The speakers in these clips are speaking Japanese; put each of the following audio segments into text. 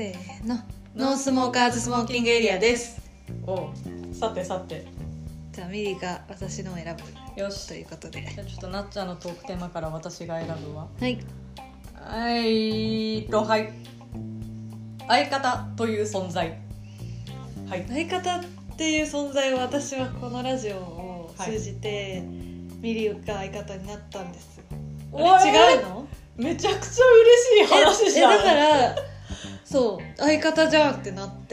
せーの、ノースモーカーズスモーキングエリアです。 おさてさて、 じゃあミリが私のを選ぶよしということで、 じゃあちょっとなっちゃんのトークテーマから私が選ぶわ。 はいはい相方という存在。はい、 相方っていう存在を私はこのラジオを通じて、ミリが相方になったんです。あれ違うの？ めちゃくちゃ嬉しい話じゃん。 だからそう相方じゃんってなって、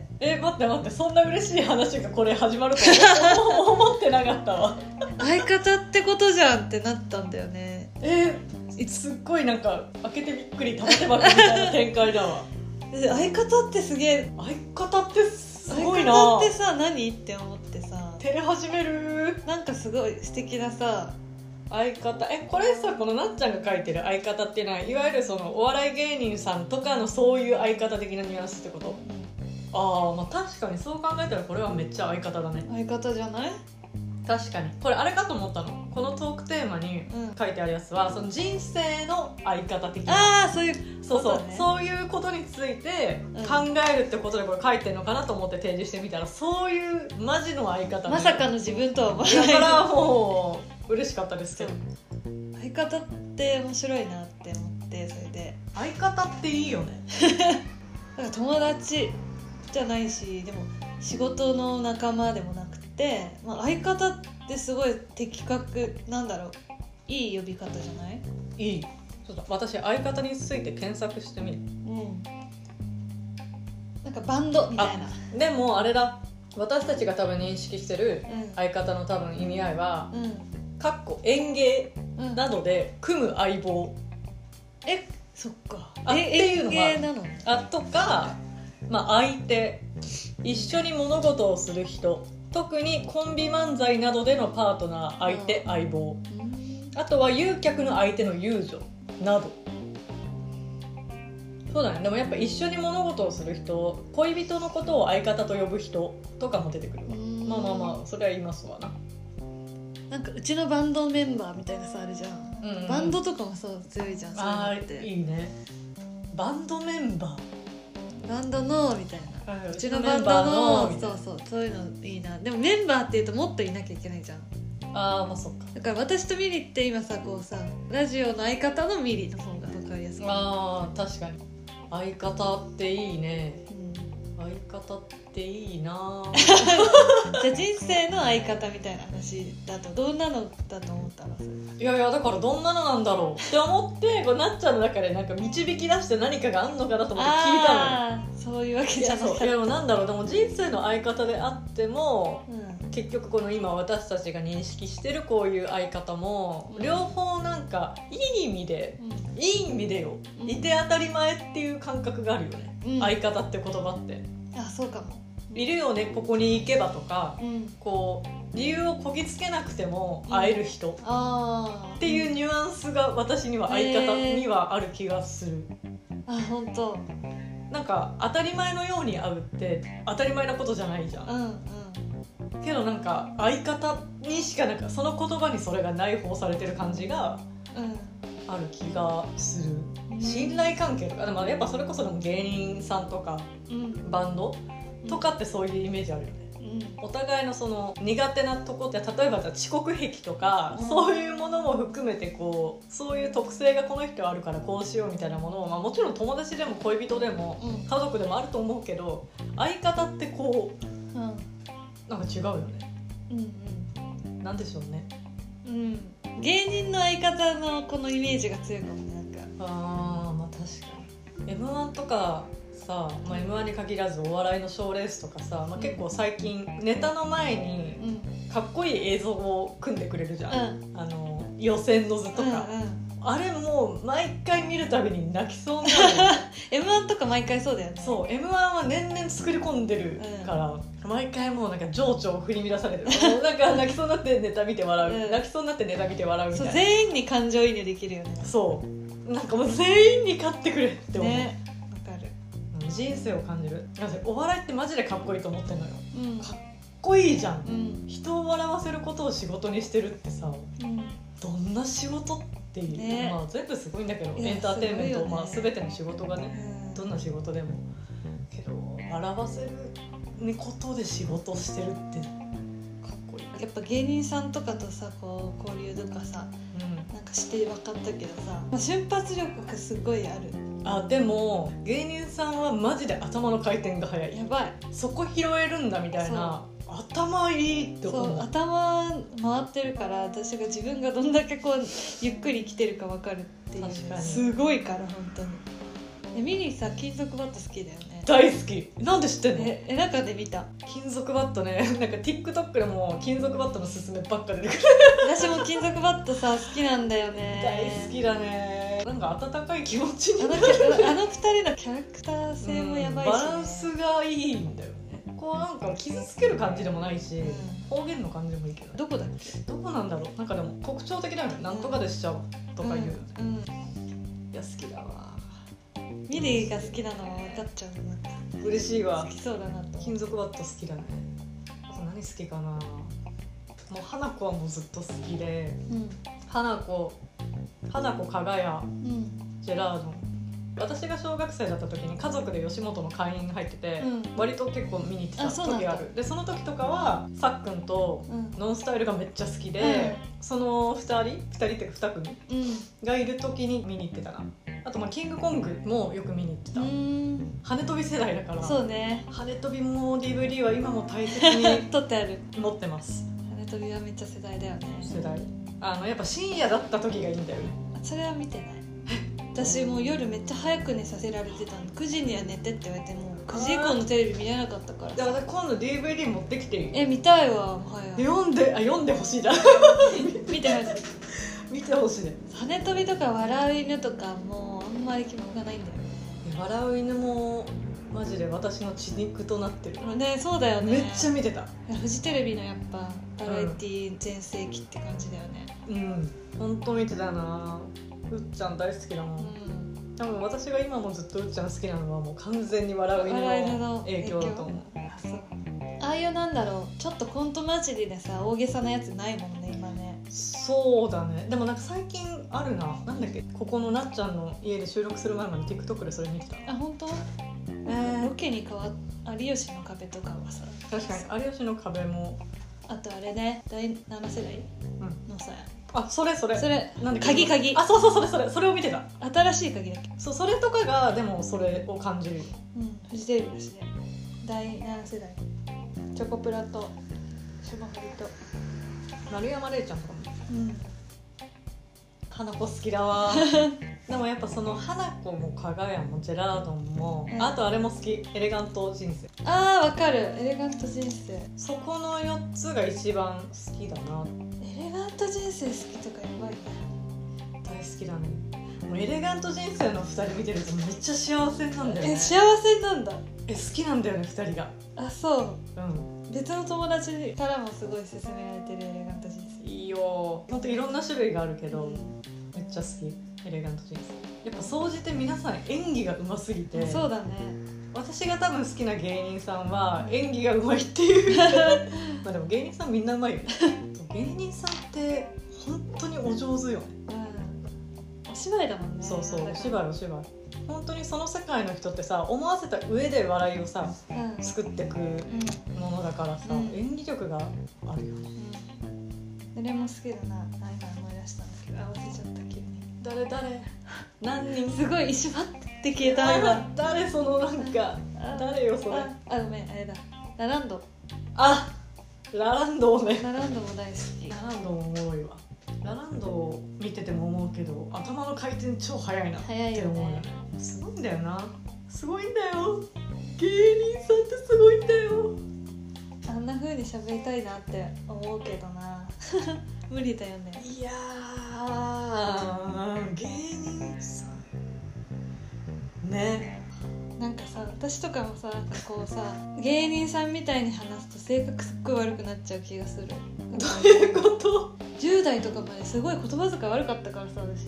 待ってそんな嬉しい話がこれ始まると思ってなかったわ。 相方ってことじゃんってなったんだよね。 すっごいなんか開けてびっくり玉手箱みたいな展開だわ。 相方ってすげえ、 相方ってすごいな。 相方ってさ何って思ってさ、 照れ始める。 なんかすごい素敵なさ相方、これさ、このなっちゃんが書いてる相方っていうのは、いわゆるそのお笑い芸人さんとかのそういう相方的なニュアンスってこと？まあ確かにそう考えたらこれはめっちゃ相方だね。 相方じゃない？ 確かにこれあれかと思ったの。このトークテーマに書いてあるやつは、その人生の相方的な、 そういうことね。 そういうことについて考えるってことでこれ書いてるのかなと思って提示してみたら、そういうマジの相方、 まさかの自分とは思わない。 だからもう嬉しかったですけど、 相方って面白いなって思って、それで相方っていいよね。 なんか友達じゃないし、でも仕事の仲間でもなくて、相方ってすごい的確なんだろう、いい呼び方じゃない？ いい。ちょっと私相方について検索してみる。 なんかバンドみたいな。 でもあれだ、私たちが多分認識してる相方の多分意味合いは、かっこ演芸などで組む相棒、 そっかっていうの演芸なのとか、相手、一緒に物事をする人、特にコンビ漫才などでのパートナー、相手、相棒、あとは誘客の相手の遊女など。そうだね。でもやっぱ一緒に物事をする人、恋人のことを相方と呼ぶ人とかも出てくるわ。それは言いますわな。 なんかうちのバンドメンバーみたいなさあるじゃん、バンドとかもそう強いじゃん。そういうのっていいね。バンドメンバー、バンドのみたいな、うちのバンドのそういうのいいな。でもメンバーっていうともっといなきゃいけないじゃん。 そっか。 だから私とミリって今さ、こうさ、ラジオの相方のミリの方が分かりやすい。 確かに相方っていいね、相方っていいな。 じゃあ人生の相方みたいな話だとどんなのだと思ったの？ いやだからどんなのなんだろうって思って、こうなっちゃんの中でなんか導き出して何かがあんのかなと思って聞いたの。 そういうわけじゃなかった。 でもなんだろう、でも人生の相方であっても、結局この今私たちが認識してるこういう相方も、両方なんかいい意味で、いい意味でよ、いて当たり前っていう感覚があるよね、相方って言葉って。 そうかも。 いるよね、ここに行けばとか、こう理由をこぎつけなくても会える人、っていうニュアンスが私には相方にはある気がする。 本当。 なんか当たり前のように会うって当たり前なことじゃないじゃん、けどなんか相方にしかなんかその言葉にそれが内包されてる感じがある気がする、信頼関係とか。でもやっぱそれこそでも芸人さんとか、バンドとかってそういうイメージあるよね、お互いのその苦手なとこって、例えば遅刻癖とか、そういうものも含めてこう、そういう特性がこの人あるからこうしようみたいなものを、もちろん友達でも恋人でも、家族でもあると思うけど、相方ってこう、なんか違うよね、なんでしょうね、 芸人の相方のこのイメージが強いかもね。なんか確かに M1 とかさ、M1 に限らずお笑いの賞レースとかさ、結構最近ネタの前にかっこいい映像を組んでくれるじゃん、予選の図とか、あれもう毎回見るたびに泣きそうになる。 M1 とか毎回そうだよね。 そう、 M1 は年々作り込んでるから、毎回もうなんか情緒を振り乱されてる。もうなんか泣きそうになってネタ見て笑う、泣きそうになってネタ見て笑うみたいな。 そう、全員に感情移入できるよね。 そうなんかもう全員に勝ってくれって思う、 ね、わかる。 人生を感じる。お笑いってマジでかっこいいと思ってんのよ、かっこいいじゃん、人を笑わせることを仕事にしてるってさ、どんな仕事っていう、全部すごいんだけど、エンターテインメント、全ての仕事がね、どんな仕事でも笑わせることで仕事してるってかっこいい。 やっぱ芸人さんとかとさこう交流とかさ、なんかして分かったけどさ、瞬発力がすごいある。 あ、でも芸人さんはマジで頭の回転が速い。 やばい、 そこ拾えるんだみたいな、頭いいって思う。 そう、頭回ってるから、私が自分がどんだけこうゆっくり生きてるか分かるっていう。 確かにすごいから本当に。ミニーさ、金属バット好きだよね。 大好き。なんで知ってんの？ 中で見た。 金属バットね、なんか TikTok でも金属バットのすすめばっか出てくる。 私も金属バットさ好きなんだよね。 大好きだね。なんか温かい気持ちになる。 あの二人のキャラクター性もやばいし、ね、 バランスがいいんだよね。こうなんか傷つける感じでもないし、方言の感じもいいけど。 どこだっけ？ どこなんだろう。なんかでも特徴的だよね。なんとかでしちゃうとかいう。いや好きだわ。 ミリーが好きなのは分かっちゃう。なんか嬉しいわ。 好きそうだなと。 金属バット好きだね。あと何好きかな。もう花子はもうずっと好きで、花子加賀屋、ジェラードン。私が小学生だった時に家族で吉本の会員が入ってて、割と結構見に行ってた時がある。でその時とかはさっくんとノンスタイルがめっちゃ好きで、その2人っていうか2組がいる時に見に行ってたな。あとキングコングもよく見に行ってた。羽飛び世代だから。そうね。羽飛びも DVD は今も大切に撮ってある。 持ってます。 羽飛びはめっちゃ世代だよね。 世代。やっぱ深夜だった時がいいんだよね。 それは見てない。私もう夜めっちゃ早く寝させられてたの。9時には寝てって言われても9時以降のテレビ見れなかったから。 じゃあ私今度 DVD 持ってきていい？ 見たいわ。もはや読んでほしいだ。 見てほしい。 見てほしいね。 羽飛びとか笑う犬とかもうあんまり記憶がないんだよ。 笑う犬もマジで私の血肉となってるね。そうだよね。 めっちゃ見てた。 フジテレビのやっぱバラエティ全盛期って感じだよね。 本当見てたな。うっちゃん大好きだもん。多分私が今もずっとうっちゃん好きなのはもう完全に笑う犬の影響だと思う。ああいうなんだろう、ちょっとコント交じりでさ大げさなやつないもんね今ね。 そうだね。でもなんか最近あるな。なんだっけ、ここのなっちゃんの家で収録する前まで TikTok でそれ見てた。 あ、本当？ロケに変わっ有吉の壁とかはさ。確かに有吉の壁も。 あとあれね、第7世代のさ、 それなんで鍵あ、そうそれを見てた。 新しい鍵だっけ。 そう、それとかがでもそれを感じる。 フジテレビですね。第7世代チョコプラと霜降りと丸山礼ちゃんとかも。花子好きだわ。でもやっぱその花子も加賀屋もジェラードンも、あとあれも好き、エレガント人生。 わかる、エレガント人生。 そこの4つが一番好きだな。 エレガント人生好きとかやばいね。 大好きだね。もうエレガント人生の2人見てるとめっちゃ幸せなんだよね。 幸せなんだ。 好きなんだよね2人が。 あ、そう。別の友達からもすごい勧められてるエレガント人生。 いいよ。ほんといろんな種類があるけど、めっちゃ好きエレガント人生。やっぱ総じて皆さん演技がうますぎて。 そうだね。 私が多分好きな芸人さんは演技がうまいっていう。まあでも芸人さんみんなうまいよね。芸人さんって本当にお上手よね。 お芝居だもんね。 そうお芝居。本当にその世界の人ってさ、思わせた上で笑いをさ、作ってくものだからさ、演技力があるよね。 誰も好きだな。今思い出したんだけど忘れちゃった急に。 誰何人？ すごい一瞬って消えた今。 誰そのなんか誰よそれ。 ごめん、あれだ。ラランド。 ラランドね。 ラランドも大好き。 ラランドもおもろいわ。ラランドを見てても思うけど、頭の回転超速いなって思うよね。すごいんだよな。すごいんだよ。芸人さんってすごいんだよ。 あんな風に喋りたいなって思うけどな。無理だよね。 いやー、芸人さんね。 なんかさ、私とかもさ、こうさ、芸人さんみたいに話すと性格すっごい悪くなっちゃう気がする。どういうこと？ 10 代とかまですごい言葉遣い悪かったからさ、私。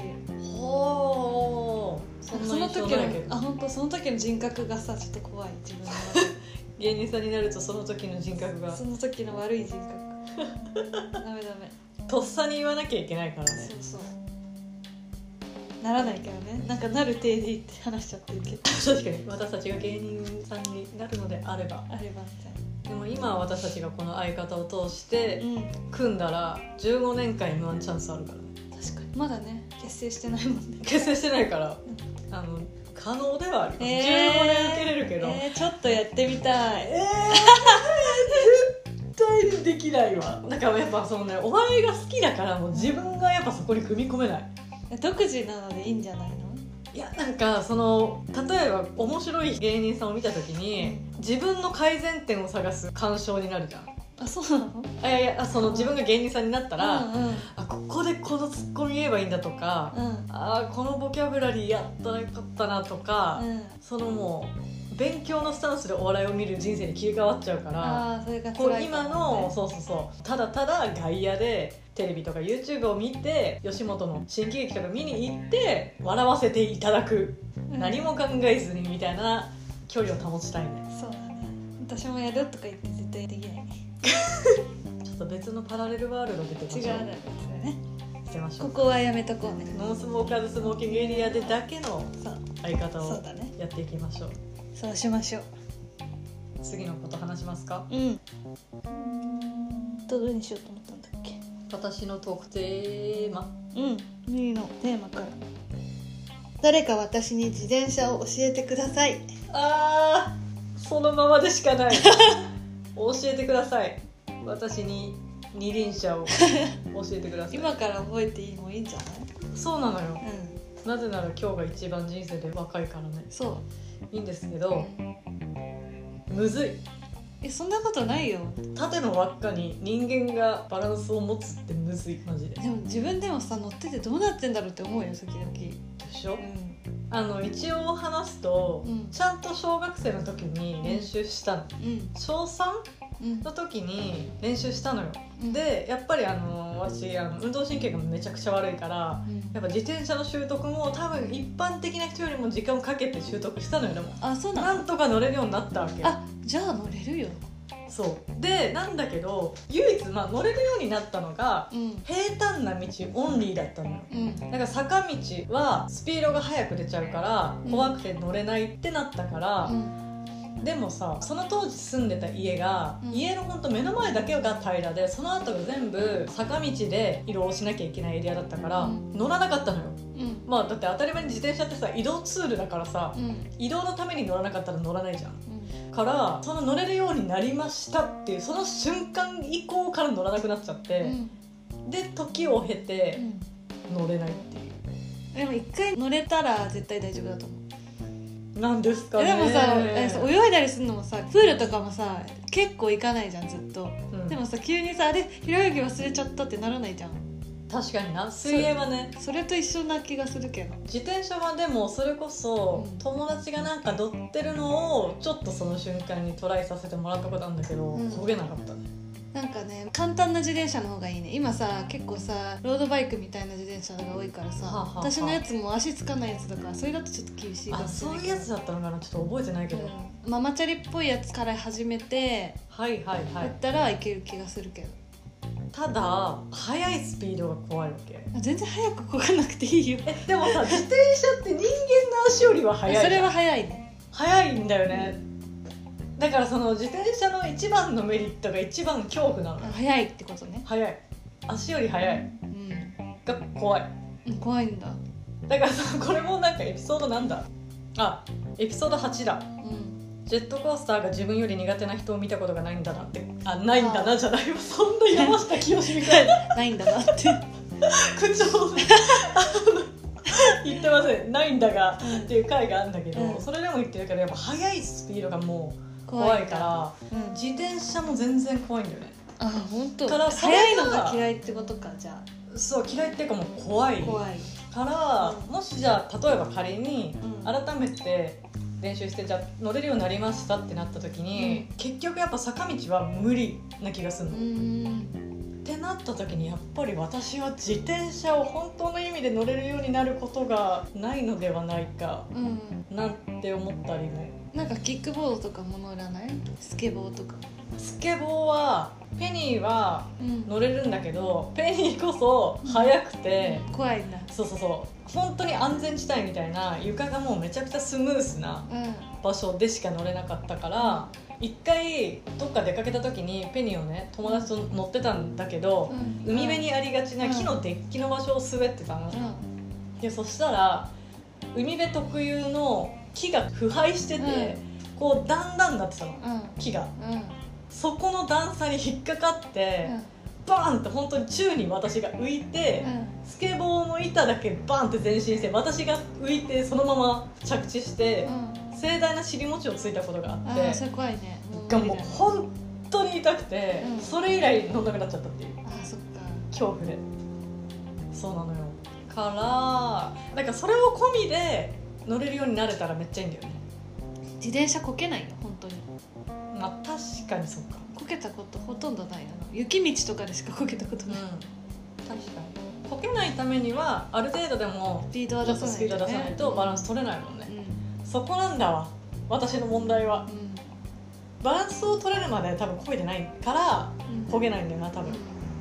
その時の本当その時の人格がさ、ちょっと怖い自分の。 芸人さんになるとその時の人格が。 その時の悪い人格。ダメ。 とっさに言わなきゃいけないからね。 そう。 ならないけどね、なんかなる体でって話しちゃってるけど確かに私たちが芸人さんになるのであればあればみたいな。 でも今私たちがこの相方を通してうん、 組んだら15年間 M1 チャンスあるからね。 確かにまだね結成してないもんね。 結成してないから可能ではあります、15年受けれるけど、 ちょっとやってみたい。 絶対にできないわ。だからやっぱそのね、お笑いが好きだからもう自分がやっぱそこに組み込めない。 独自なのでいいんじゃないの？ いやなんかその例えば面白い芸人さんを見た時に自分の改善点を探す鑑賞になるじゃん。 あ、そうなの？ いやその自分が芸人さんになったら、 うんうん、 あここでこのツッコミ言えばいいんだとか、このボキャブラリーやったらよかったなとか、そのもう勉強のスタンスでお笑いを見る人生に切り替わっちゃうから、 それがこう辛いかもね。 今のそうただただ外野でテレビとか YouTube を見て吉本の新喜劇とか見に行って笑わせていただく、何も考えずにみたいな距離を保ちたいね。 そうだね、私もやるとか言って絶対できないねちょっと別のパラレルワールド出てましょう。 違うね、 してましょう。 ここはやめとこうね。 ノンスモーカーズスモーキングエリアでだけのそう相方をそうだね、 やっていきましょう。 そうしましょう。 次のこと話しますか。 どれにしようと思ったんだっけ。 私のトークテーマ、 いいのテーマから。誰か私に自転車を教えてください。 そのままでしかない教えてください。私に二輪車を教えてください今から覚えていいもいいんじゃない？ そうなのよ、なぜなら今日が一番人生で若いからね。 そういいんですけど、むずい。 そんなことないよ。 縦の輪っかに人間がバランスを持つってむずい、マジで。 でも自分でもさ乗っててどうなってんだろうって思うよ時々。 でしょ、一応話すと、ちゃんと小学生の時に練習したの、小 3? の時に練習したのよ、でやっぱり私運動神経がめちゃくちゃ悪いから、やっぱ自転車の習得も多分一般的な人よりも時間をかけて習得したのよ。でもそうなんとか乗れるようになったわけ。 じゃあ乗れるよ。 そうでなんだけど唯一、乗れるようになったのが、平坦な道オンリーだったのよ、だから坂道はスピードが速く出ちゃうから怖くて乗れないってなったから、でもさその当時住んでた家が、家のほんと目の前だけが平らでその後が全部坂道で移動しなきゃいけないエリアだったから、乗らなかったのよ、だって当たり前に自転車ってさ移動ツールだからさ、移動のために乗らなかったら乗らないじゃん、からその乗れるようになりましたっていうその瞬間以降から乗らなくなっちゃって、で時を経て乗れないっていう、 でも一回乗れたら絶対大丈夫だと思う。 なんですかね。 でもさ泳いだりするのもさプールとかもさ結構行かないじゃんずっと、でもさ急にさあれ平泳ぎ忘れちゃったってならないじゃん。 確かにな、水泳はねそれと一緒な気がするけど。 自転車はでもそれこそ、友達がなんか乗ってるのをちょっとその瞬間にトライさせてもらったことあるんだけど、焦げなかったね。 なんかね簡単な自転車の方がいいね。今さ結構さロードバイクみたいな自転車が多いからさ、私のやつも足つかないやつだからそれだとちょっと厳しいかもしれない。 そういうやつだったのかな、ちょっと覚えてないけど、 ママチャリっぽいやつから始めてやったらいける気がするけど、 ただ速いスピードが怖いわけ。 全然速く動かなくていいよ。 でもさ自転車って人間の足よりは速い。 それは速いね。 速いんだよね。だからその自転車の一番のメリットが一番恐怖なの。 速いってことね。 速い、足より速い、が怖い、 怖いんだ。 だからさこれもなんかエピソードなんだ、エピソード8だ、ジェットコースターが自分より苦手な人を見たことがないんだなって、ないんだなじゃないよ、そんな山下清みたいなないんだなって口調で言ってません、ないんだがっていう回があるんだけど、それでも言ってるけどやっぱ速いスピードがもう怖いから、自転車も全然怖いんだよね。 本当。 から速いのが嫌いってことか。じゃあそう嫌いっていうかもう怖いから、もしじゃあ例えば仮に改めて練習してじゃあ乗れるようになりましたってなった時に、結局やっぱ坂道は無理な気がするの。ってなった時にやっぱり私は自転車を本当の意味で乗れるようになることがないのではないか、なんて思ったりも。 なんかキックボードとかも乗らない？スケボーとか。 スケボーはペニーはうん乗れるんだけど、ペニーこそ速くて、 怖いんだ。 そうそうそう、本当に安全地帯みたいな床がもうめちゃくちゃスムースな場所でしか乗れなかったから、一回どっか出かけた時にペニーをね友達と乗ってたんだけど、海辺にありがちな木のデッキの場所を滑ってたの、でそしたら海辺特有の木が腐敗してて、こう段々になってたの、木がそこの段差に引っかかって、バーンって本当に宙に私が浮いて、スケボーの板だけバーンって前進して私が浮いてそのまま着地して、盛大な尻餅をついたことがあって、 それ怖いね。 もう本当に痛くて、それ以来乗んなくなっちゃったっていうそっか恐怖で。そうなのよ。からなんかそれを込みで乗れるようになれたらめっちゃいいんだよね。 自転車こけないよ本当に。 まあ確かにそうか。 こけたことほとんどない。雪道とかでしかこけたことない。 確かにこけないためにはある程度でもスピードは出さないとね、 スピード出さないとバランス取れないもんね、そこなんだわ私の問題は、バランスを取れるまで多分こいでないからこげないんだよな多分。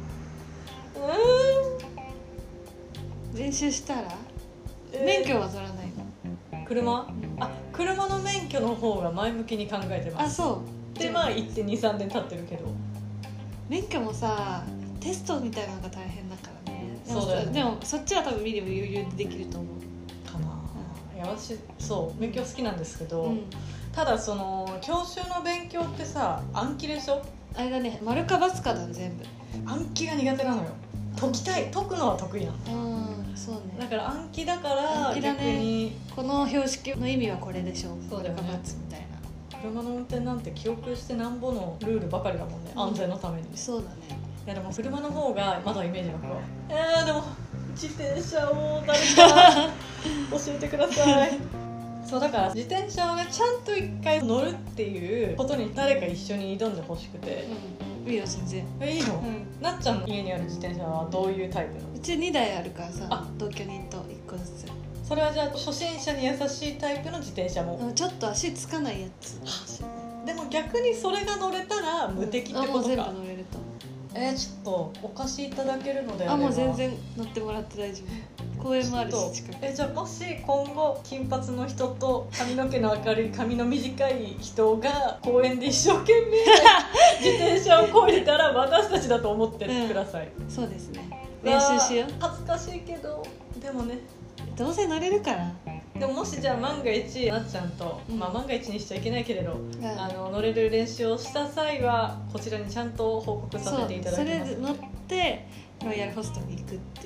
練習したら、免許は取らないの？ 車？車の免許の方が前向きに考えてます。 そうでまあ 1.23 年経ってるけど、免許もさテストみたいなのが大変だからね。 そうだよね。 でもそっちは多分ミリも余裕でできると思うかな、いや私そう免許好きなんですけど、ただその教習の勉強ってさ暗記でしょ。 あれだね、丸か×かだね全部。 暗記が苦手なのよ。解くのは得意なの。 そうね。 だから暗記だから逆に、 この標識の意味はこれでしょ。 そうだよね。 丸か×みたいな。 車の運転なんて記憶してなんぼのルールばかりだもんね、安全のために。 そうだね。 いやでも車の方がまだイメージ湧くわ。でも自転車を誰か教えてください。そうだから自転車をねちゃんと一回乗るっていうことに誰か一緒に挑んでほしくて。 いいよ全然。 いいの？なっちゃんの家にある自転車はどういうタイプなの？ うち2台あるからさ、同居人と1個ずつ。 それはじゃあ初心者に優しいタイプの自転車も？ ちょっと足つかないやつ。 でも逆にそれが乗れたら無敵ってことか。 もう全部乗れると。 ちょっとお貸しいただけるのであれば。 もう全然乗ってもらって大丈夫。公園もあるし近く。 じゃあもし今後金髪の人と髪の毛の明るい髪の短い人が公園で一生懸命自転車を漕いでたら私たちだと思ってください。 そうですね。練習しよう。 恥ずかしいけどでもね、 どうせ乗れるから。 でももしじゃあ万が一なっちゃんと、万が一にしちゃいけないけれど、乗れる練習をした際はこちらにちゃんと報告させていただきます。 それで乗ってロイヤルホストに行くっていう。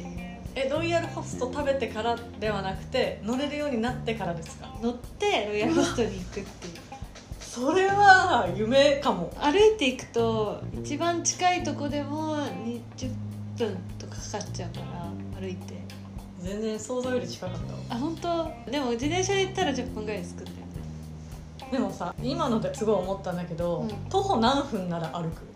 ロイヤルホスト食べてからではなくて乗れるようになってからですか？ 乗ってロイヤルホストに行くっていう。 それは夢かも。歩いていくと一番近いとこでも20分とかかかっちゃうから歩いて。 全然想像より近かったわ。 本当？でも自転車で行ったら10分ぐらい着くんだよね。 でもさ今のですごい思ったんだけど、徒歩何分なら歩く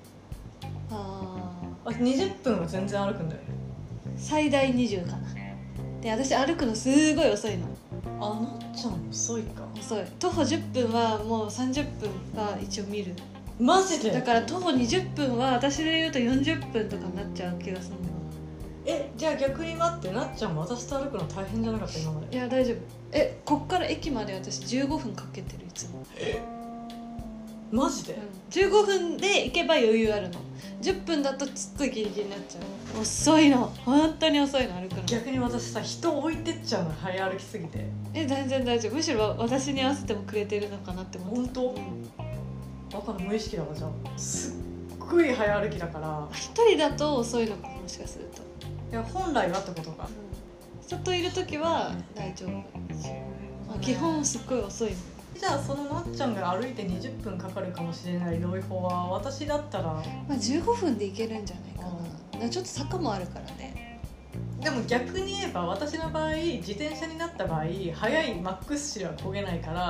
？20分は全然歩くんだよね。 最大20かな。で私歩くのすごい遅いの。 なっちゃん遅いか。 遅い。徒歩10分はもう30分は一応見る。 マジで？ だから徒歩20分は私で言うと40分とかになっちゃう気がするの。 じゃあ逆に待って、なっちゃんも私と歩くの大変じゃなかった今まで？ いや大丈夫。こっから駅まで私15分かけてるいつも。 マジで？ 15分で行けば余裕あるの。10分だとすっごいギリギリになっちゃう。遅いの、本当に遅いの歩くの。 逆に私さ人置いてっちゃうの、早歩きすぎて。 全然大丈夫。むしろ私に合わせてもくれてるのかなって思って。 本当？だから無意識だわ。じゃあすっごい早歩きだから一人だと遅いのかもしかすると。 いや本来はってことか。 人といる時は大丈夫。基本すっごい遅いの。 じゃあそのなっちゃんが歩いて20分かかるかもしれないロイホは私だったら 15分で行けるんじゃないかな。ちょっと坂もあるからね。 でも逆に言えば私の場合自転車になった場合速いマックス紙は焦げないから、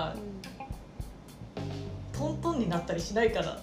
トントンになったりしないから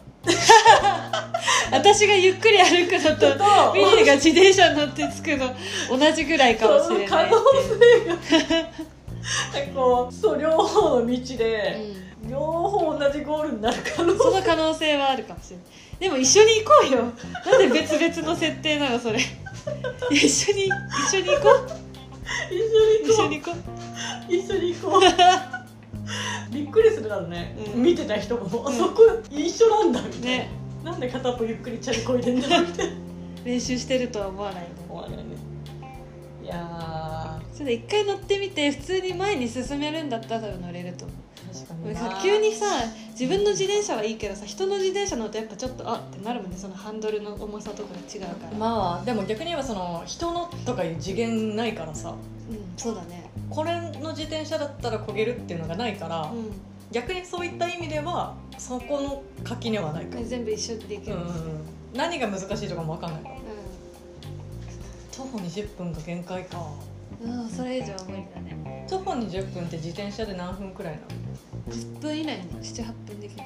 私がゆっくり歩くのとビリーが自転車に乗って着くの同じぐらいかもしれない。 可能性が両方の道で、両方同じゴールになる可能性。 その可能性はあるかもしれない。 でも一緒に行こうよ。なんで別々の設定なのそれ。一緒に行こう。一緒に行こう。 一緒に行こう。びっくりするだろうね、見てた人も、そこ一緒なんだみたいな、ね、なんで片っぽゆっくりチャリこいでんだみたいな。 練習してるとは思わないよね。 思わないね。いやそれで一回乗ってみて普通に前に進めるんだったら多分乗れると思う。 確かにな。 急にさ自分の自転車はいいけどさ、人の自転車乗るとやっぱちょっとあってなるもんね。そのハンドルの重さとかが違うから。 まあでも逆に言えばその人のとかいう次元ないからさ、 そうだね。これの自転車だったら焦げるっていうのがないから、逆にそういった意味ではそこの垣根はないから、 全部一緒にできる、 何が難しいとかも分かんないから、徒歩20分が限界か。 それ以上は無理だね。 徒歩20分って自転車で何分くらいなの ？10分以内に 7,8 分できる。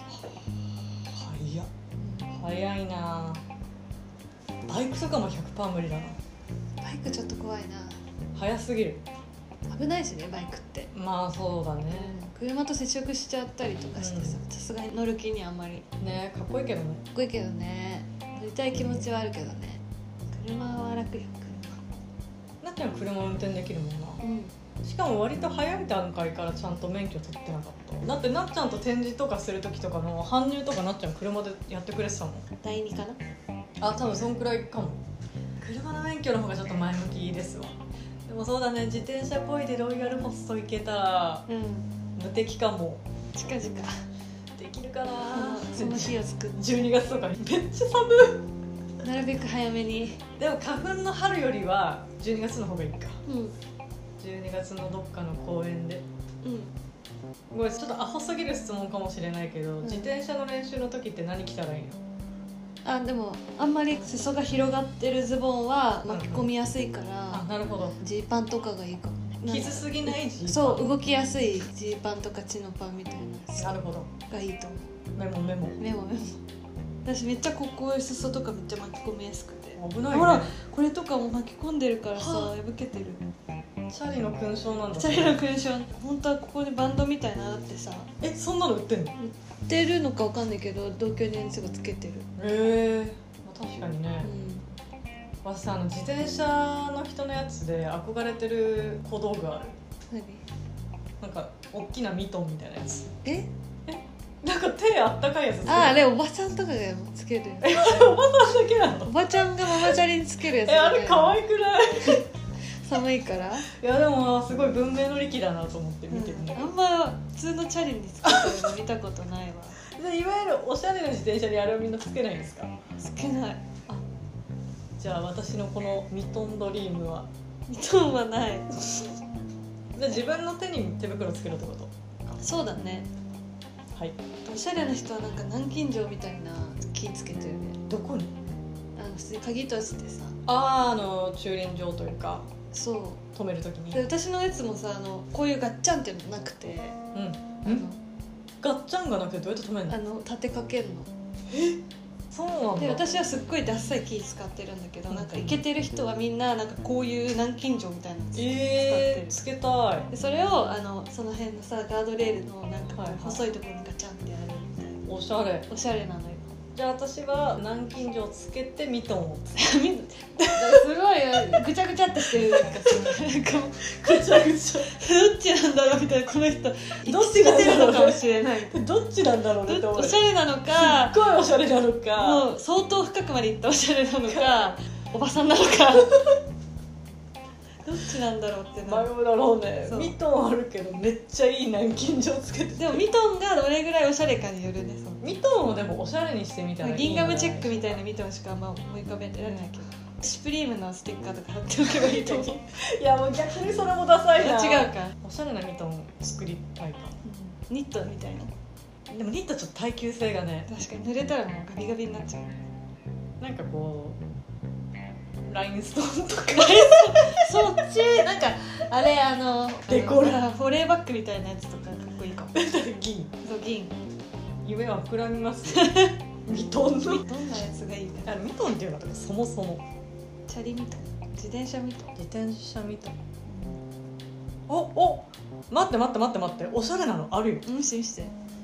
早いな。バイクとかも 100% 無理だな。 バイクちょっと怖いな。 早すぎる。 危ないしねバイクって。 まあそうだね、 車と接触しちゃったりとかしてさすがに乗る気にあんまりね。かっこいいけどね。 かっこいいけどね。乗りたい気持ちはあるけどね。車は楽よ。 なっちゃん車運転できるもんな、しかも割と早い段階からちゃんと免許取ってなかった。だってなっちゃんと展示とかする時とかの搬入とかなっちゃん車でやってくれてたもん。 第2かな。 多分そんくらいかも。車の免許の方がちょっと前向きですわ。でもそうだね、自転車こいでロイヤルホスト行けたら、無敵かも。 近々 できるかな。 その日を作って 12月とかにめっちゃ寒い。なるべく早めに。 でも花粉の春よりは12月の方がいいか。12月のどっかの公園で。これちょっとアホすぎる質問かもしれないけど、自転車の練習の時って何着たらいいの？ でもあんまり裾が広がってるズボンは巻き込みやすいから、 なるほど。 ジーパンとかがいいかもね。 傷すぎないジーパン。 そう動きやすいジーパンとかチノパンみたいなやつ。 なるほど。 がいいと思う。 メモ。 私めっちゃこういう裾とかめっちゃ巻き込みやすくて。 危ないね。 ほらこれとかも巻き込んでるからさ破けてる。 チャリの勲章なんだ。 チャリの勲章本当はここにバンドみたいなのあってさ。 そんなの売ってんの？売ってるのかわかんないけど同居人すぐつけてる。 確かにね。私自転車の人のやつで憧れてる小道具ある。 何？ なんか大きなミトンみたいなやつ。なんか手あったかいやつ。 あれおばちゃんとかがつけるやつ。おばさんだけなの？ おばちゃんがママチャリにつけるやつ。 あれ可愛くない？ 寒いから。いやでもすごい文明の利器だなと思って見てるんだけど、 あんま普通のチャリにつけてるの見たことないわ。 いわゆるおしゃれな自転車にあれをみんなつけないんですか？ つけない。 じゃあ私のこのミトンドリームは？ ミトンはない。 じゃあ自分の手に手袋つけるってこと？ そうだね。 はい。 おしゃれな人はなんか南京錠みたいなキーつけてるね。 どこに？ 普通に鍵閉じてさ。 駐輪場というか。 そう。 止めるときに。 で私のやつもさこういうガッチャンっていうのなくて。 ガッチャンがなくてどうやって止めるの？ 立てかけるの。 そうなんだ。 で私はすっごいダッサいキー使ってるんだけど、なんかイケてる人はみんななんかこういう南京錠みたいなの使ってる。 つけたい。 でそれをその辺のさガードレールのなんか細いところにガチャンってやるみたいな。 おしゃれ。 おしゃれなのよ。 じゃあ私は南京錠つけてミトンをつけすごいぐちゃぐちゃってしてる。なんかぐちゃぐちゃどっちなんだろうみたいな。この人どっちが出るのかもしれない。 どっちなんだろうねって思う。 おしゃれなのかすっごいおしゃれなのか、 もう相当深くまでいったおしゃれなのかおばさんなのかどっちなんだろうってなる。 迷うだろうね。ミトンあるけどめっちゃいい南京錠つけて。 でもミトンがどれぐらいおしゃれかによるね。 ミトンをでもおしゃれにしてみたらいいんじゃない？ ギンガムチェックみたいなミトンしかあんま思い浮かべてられないけど、シュプリームのステッカーとか貼っておけばいいと思う。 いやもう逆にそれもダサいな。 違うか。 おしゃれなミトン作りたいか、 ニットみたいな。 でもニットちょっと耐久性がね。 確かに濡れたらもうガビガビになっちゃう。 なんかこうラインストーンとかそっちなんかあれデコル保冷バッグみたいなやつとかかっこいいかも。 銀。 そう銀。 夢は膨らみますミトンのどんなやつがいいか。 ミトンっていうのはそもそもチャリミトン、自転車ミトン。 自転車ミトン。お待っておしゃれなのあるよ。 見して。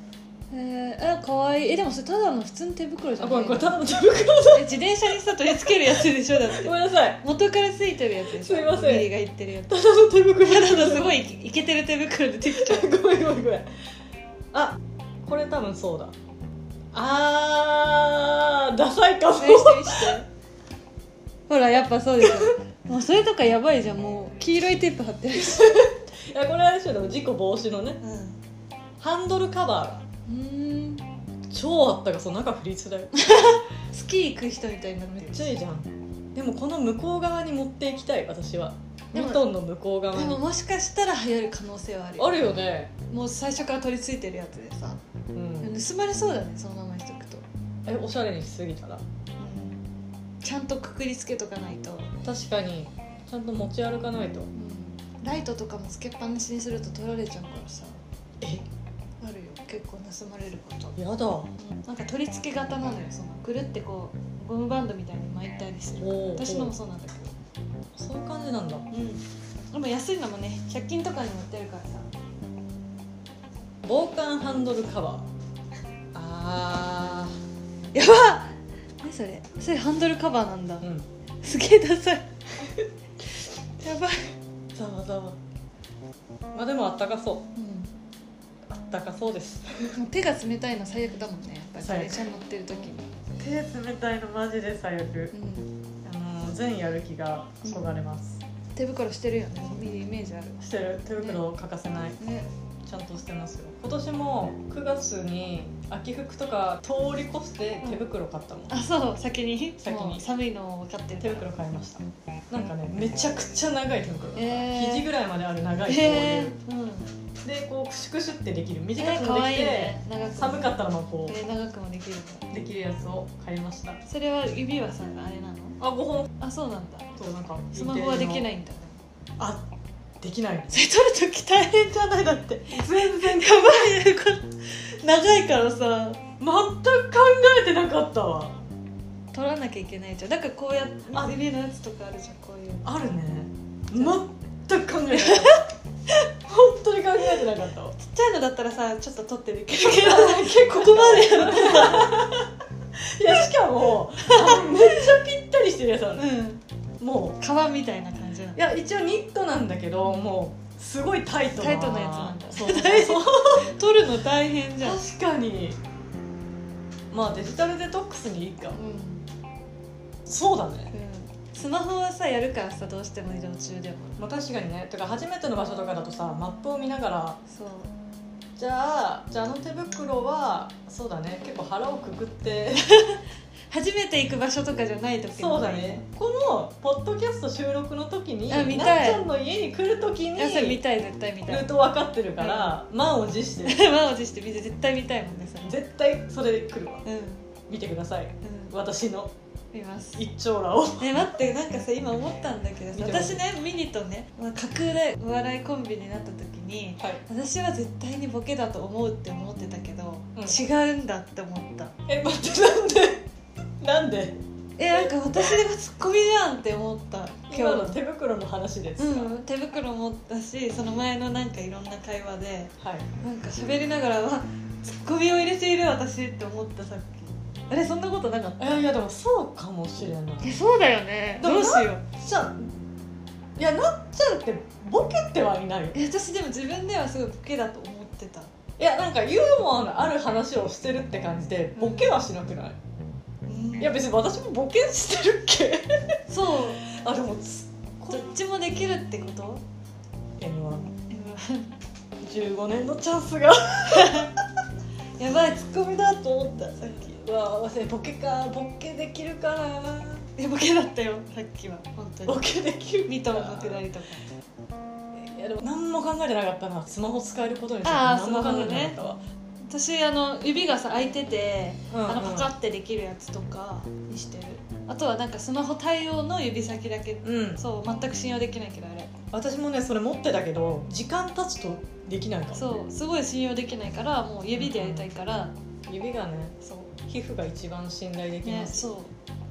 かわいい。でもそれただの普通の手袋じゃない？ これただの手袋だ。 自転車にさ取り付けるやつでしょだってごめんなさい、 元からついてるやつでしょ。 すいません、 ミリが言ってるやつ。 ただの手袋。 ただのすごいイケてる手袋でできちゃう。 ごめん。あ、これ多分そうだ。ダサいかも。 してほらやっぱそうですよ。もうそれとかやばいじゃん。もう黄色いテープ貼ってるし。 いやこれあれでしょ、でも事故防止のね、ハンドルカバーが超あったか、そう中フリースだよ。 スキー行く人みたいになってる。 めっちゃいいじゃん。でもこの向こう側に持っていきたい、私は。 でもミトンの向こう側に。 でももしかしたら流行る可能性はあるよ。 あるよね。 もう最初から取り付いてるやつでさ、盗まれそうだね、そのままにしとくと。 おしゃれにしすぎたら、 ちゃんとくくりつけとかないと。 確かにちゃんと持ち歩かないと。 ライトとかもつけっぱなしにすると取られちゃうからさ。あるよ、結構盗まれること。 やだ、 なんか取り付け型なのよ。そのぐるってこうゴムバンドみたいに巻いたりしてる。私のもそうなんだけど。 そういう感じなんだ。 でも安いのもね、100均とかに売ってるからさ。 防寒ハンドルカバー。 やばっ。何それハンドルカバーなんだ。すげえダサい。やばい。 ざわざわ。まあでもあったかそう。あったかそうです。 もう手が冷たいの最悪だもんね、やっぱり電車に乗ってる時に。 手冷たいのマジで最悪。全やる気がそがれます。 手袋してるよね、見るイメージある。 してる。手袋欠かせない。ちゃんとしてますよ。今年も9月に秋服とか通り越して手袋買ったもん。 そう、先にもう寒いの分かってる。 手袋買いました。なんかね、めちゃくちゃ長い手袋、肘ぐらいまである長いこういう、でこうクシュクシュってできる、短くもできて、寒かったらまあこう長くもできるやつを買いました。 それは指はさ、あれなの 5本。 そうなんだ。 そう、なんかスマホはできないんだ。 できない。 それ撮るとき大変じゃない？だって全然やばいね、長いからさ、 全く考えてなかったわ。 撮らなきゃいけないじゃん。だからこうやって指のやつとかあるじゃん。こういうあるね。全く考えてなかった本当に考えてなかったわ。 ちっちゃいのだったらさ、ちょっと撮ってできるけど結構ここまでやるとさいや、しかもめっちゃぴったりしてるやつある。もう革みたいな感じなの。 いや、一応ニットなんだけど、もうすごいタイトなやつなんだ。 そう撮るの大変じゃん。 確かに。まあデジタルデトックスにいいか。そうだね。 スマホはさ、やるからさ、どうしても移動中でも。 まあ確かにね。てか初めての場所とかだとさ、マップを見ながら、 そう、 じゃああの手袋はそうだね、結構腹をくくって初めて行く場所とかじゃない時そうだね。このポッドキャスト収録の時になっち見たい。 ゃんの家に来る時にそれ見たい、絶対見たい。 ルート分かってるから、満を持して満を持して見て、絶対見たいもんね、それ。 絶対それで来るわ。見てください。私の見ます一丁羅を。 待って、なんかさ、今思ったんだけどさ、私ね、ミニとね、架空でお笑いコンビになった時に、私は絶対にボケだと思うって思ってたけど、違うんだって思った。 待って、なんでなんか私がツッコミじゃんって思った。 今の手袋の話ですか？ 手袋持ったし、その前のなんかいろんな会話で、なんか喋りながらツッコミを入れている私って思った。さっきあれ、そんなことなかった？ いやでもそうかもしれない。 そうだよね。どうしよう。 いや、なっちゃんってボケてはいないよ。 私でも自分ではすごいボケだと思ってた。 いや、なんかユーモアのある話をしてるって感じでボケはしなくない？いや別に私もボケしてるっけそう。 でもどっちもできるってこと？ M115 年のチャンスがやばい、ツッコミだと思った。さっきボケか、ボケできるかな。 ボケだったよ、さっきは。本当にボケできるか。 ミトンのくだりとか。 いやでも何も考えてなかったな。スマホ使えることについて何も考えてなかったわ。 私指がさ開いてて、パカってできるやつとかにしてる。あとはなんかスマホ対応の指先だけ、そう、全く信用できないけど、あれ私もねそれ持ってたけど時間経つとできないかも。 そう、すごい信用できないから、もう指でやりたいから、 指がね、そう、皮膚が一番信頼できます。 そう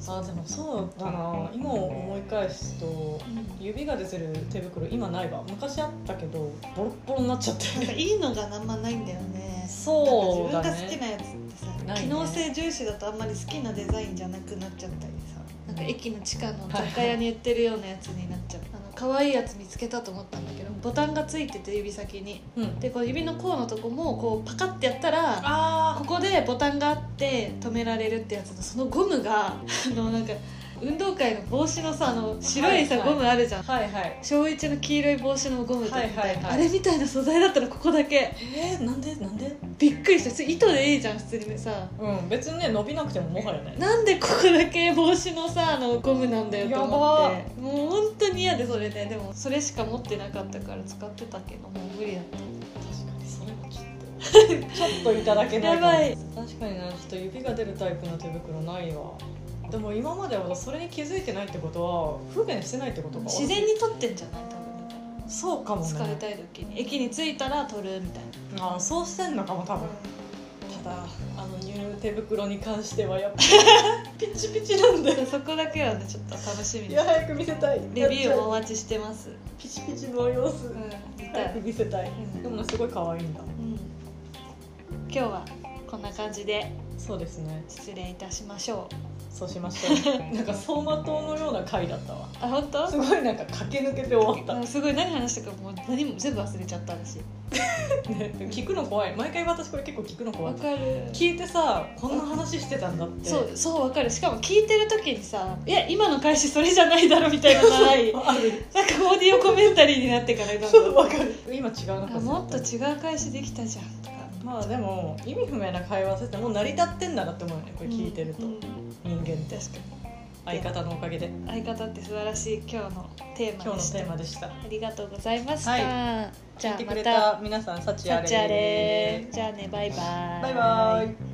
そう。 でもそうだな、今思い返すと、指が出てる手袋今ないわ。昔あったけどボロッボロになっちゃってなんかいいのがあんまないんだよね。 そうだね、 なんか自分が好きなやつってさ、 ないね、 機能性重視だとあんまり好きなデザインじゃなくなっちゃったりさ、なんか駅の地下の雑貨屋に売ってるようなやつになっちゃう、可愛いやつ見つけたと思ったんだけど、ボタンがついてて指先に、でこう指の甲のとこもこうパカッてやったらここでボタンがあって止められるってやつの、そのゴムがなんか運動会の帽子のさ白いさ、ゴムあるじゃん、小1の黄色い帽子のゴムとかみたいな、あれみたいな素材だったらここだけなんでびっくりした。糸でいいじゃん普通にさ、 別にね伸びなくてももはやね、 なんでここだけ帽子のさゴムなんだよと思って、もう本当に嫌で、それででもそれしか持ってなかったから使ってたけどもう無理だった。 確かにそれもちょっといただけないかも。 やばい。 確かにな、ちょっと指が出るタイプの手袋ないわ。でも今まではそれに気づいてないってことは不便してないってことか。 自然に取ってんじゃない多分。だからそうかもね、 疲れたい時に駅に着いたら取るみたいな。 そうしてんのかも多分、ただニュー手袋に関してはやっぱりピチピチなんでそこだけはねちょっと楽しみに、 早く見せたい。 レビューもお待ちしてます。 ピチピチの様子、早く見せたい、でもすごい可愛いんだ。 今日はこんな感じで、 そうですね、 失礼いたしましょう。 そうしましょう。なんか走馬灯のような回だったわ。 本当？ すごいなんか駆け抜けて終わった。 すごい何話したかもう何も全部忘れちゃったし。 ね、聞くの怖い。毎回私これ結構聞くの怖い。 わかる。 聞いてさ、こんな話してたんだって。 そうわかる。しかも聞いてる時にさ、いや今の返しそれじゃないだろみたいなのない。 ある。 なんかオーディオコメンタリーになってからだそうわかる。今違うのか。 もっと違う返しできたじゃんとか。 まあでも意味不明な会話させてもう成り立ってんだなって思うよね。これ聞いてると、人間って確かに。 相方のおかげで。 相方って素晴らしい今日のテーマでした。ありがとうございました。じゃあまた皆さん幸あれ。 じゃあね、バイバイ。 バイバイ。